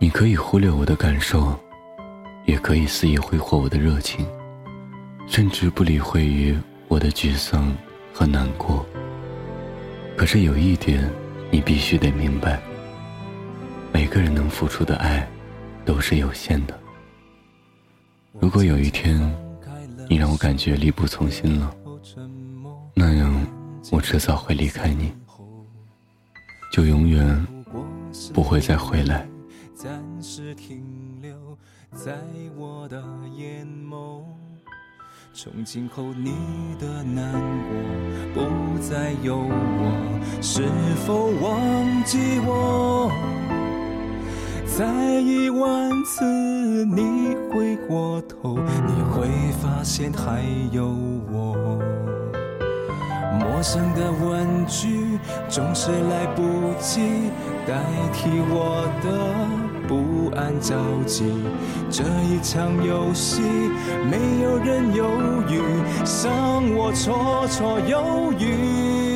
你可以忽略我的感受，也可以肆意挥霍我的热情，甚至不理会于我的沮丧和难过。可是有一点你必须得明白，每个人能付出的爱都是有限的。如果有一天你让我感觉力不从心了，那样我迟早会离开你，就永远不会再回来。 暂时停留在我的眼眸，从今后你的难过不再有我，是否忘记我？再10000次你回过头，你会发现还有我。陌生的问句总是来不及代替我的不安着急，这一场游戏没有人犹豫，让我绰绰有余。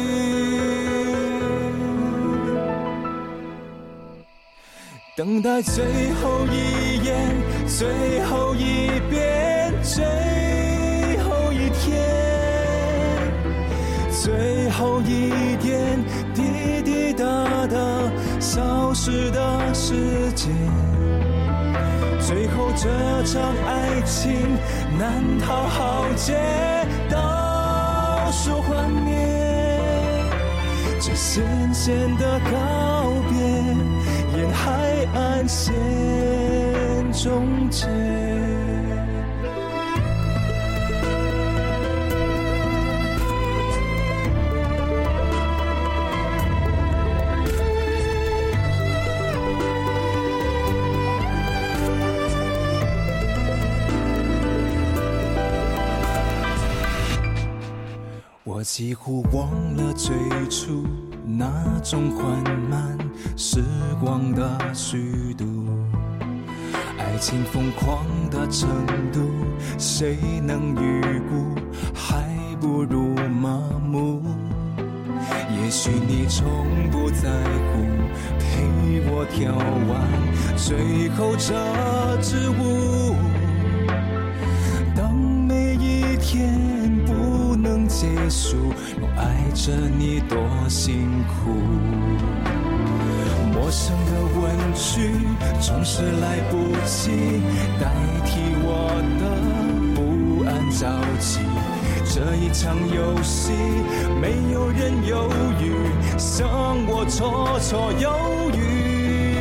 等待最后一眼，最后一遍，最后一天，最后一点滴滴答答消失的时间，最后这场爱情难逃浩劫，倒数幻灭，这咸咸的告别，沿海岸线终结。我几乎忘了最初那种缓慢时光的虚度，爱情疯狂的程度，谁能预估？还不如麻木。也许你从不在乎，陪我跳完最后这支舞。当每一天不能结束，我爱着你多辛苦。陌生的问句总是来不及代替我的不安着急，这一场游戏没有人犹豫，让我绰绰有余。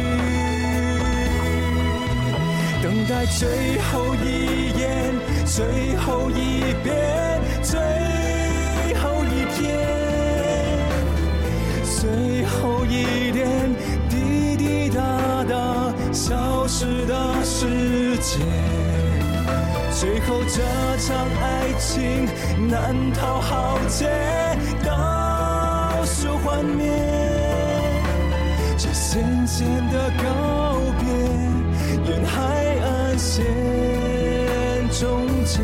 等待最后一眼，最后一遍，最后一天，最后一点滴滴答答消失的时间，最后这场爱情难逃浩劫，倒数幻灭，这咸咸的告别，沿海岸线终结。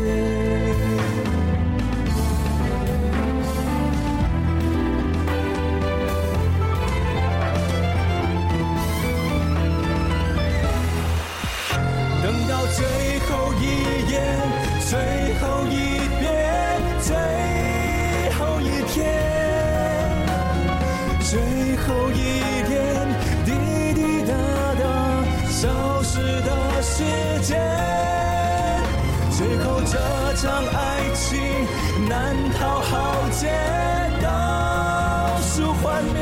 等到最后一眼，最后一遍，最后一天，最后一点滴滴答答消失的时间，最后这场爱情难逃浩劫，倒数幻灭，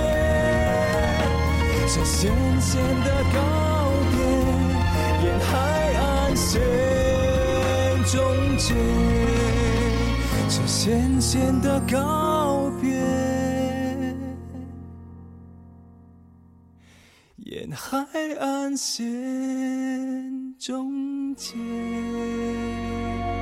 这咸咸的告别，沿海岸线终结，这咸咸的告别，沿海岸线终结。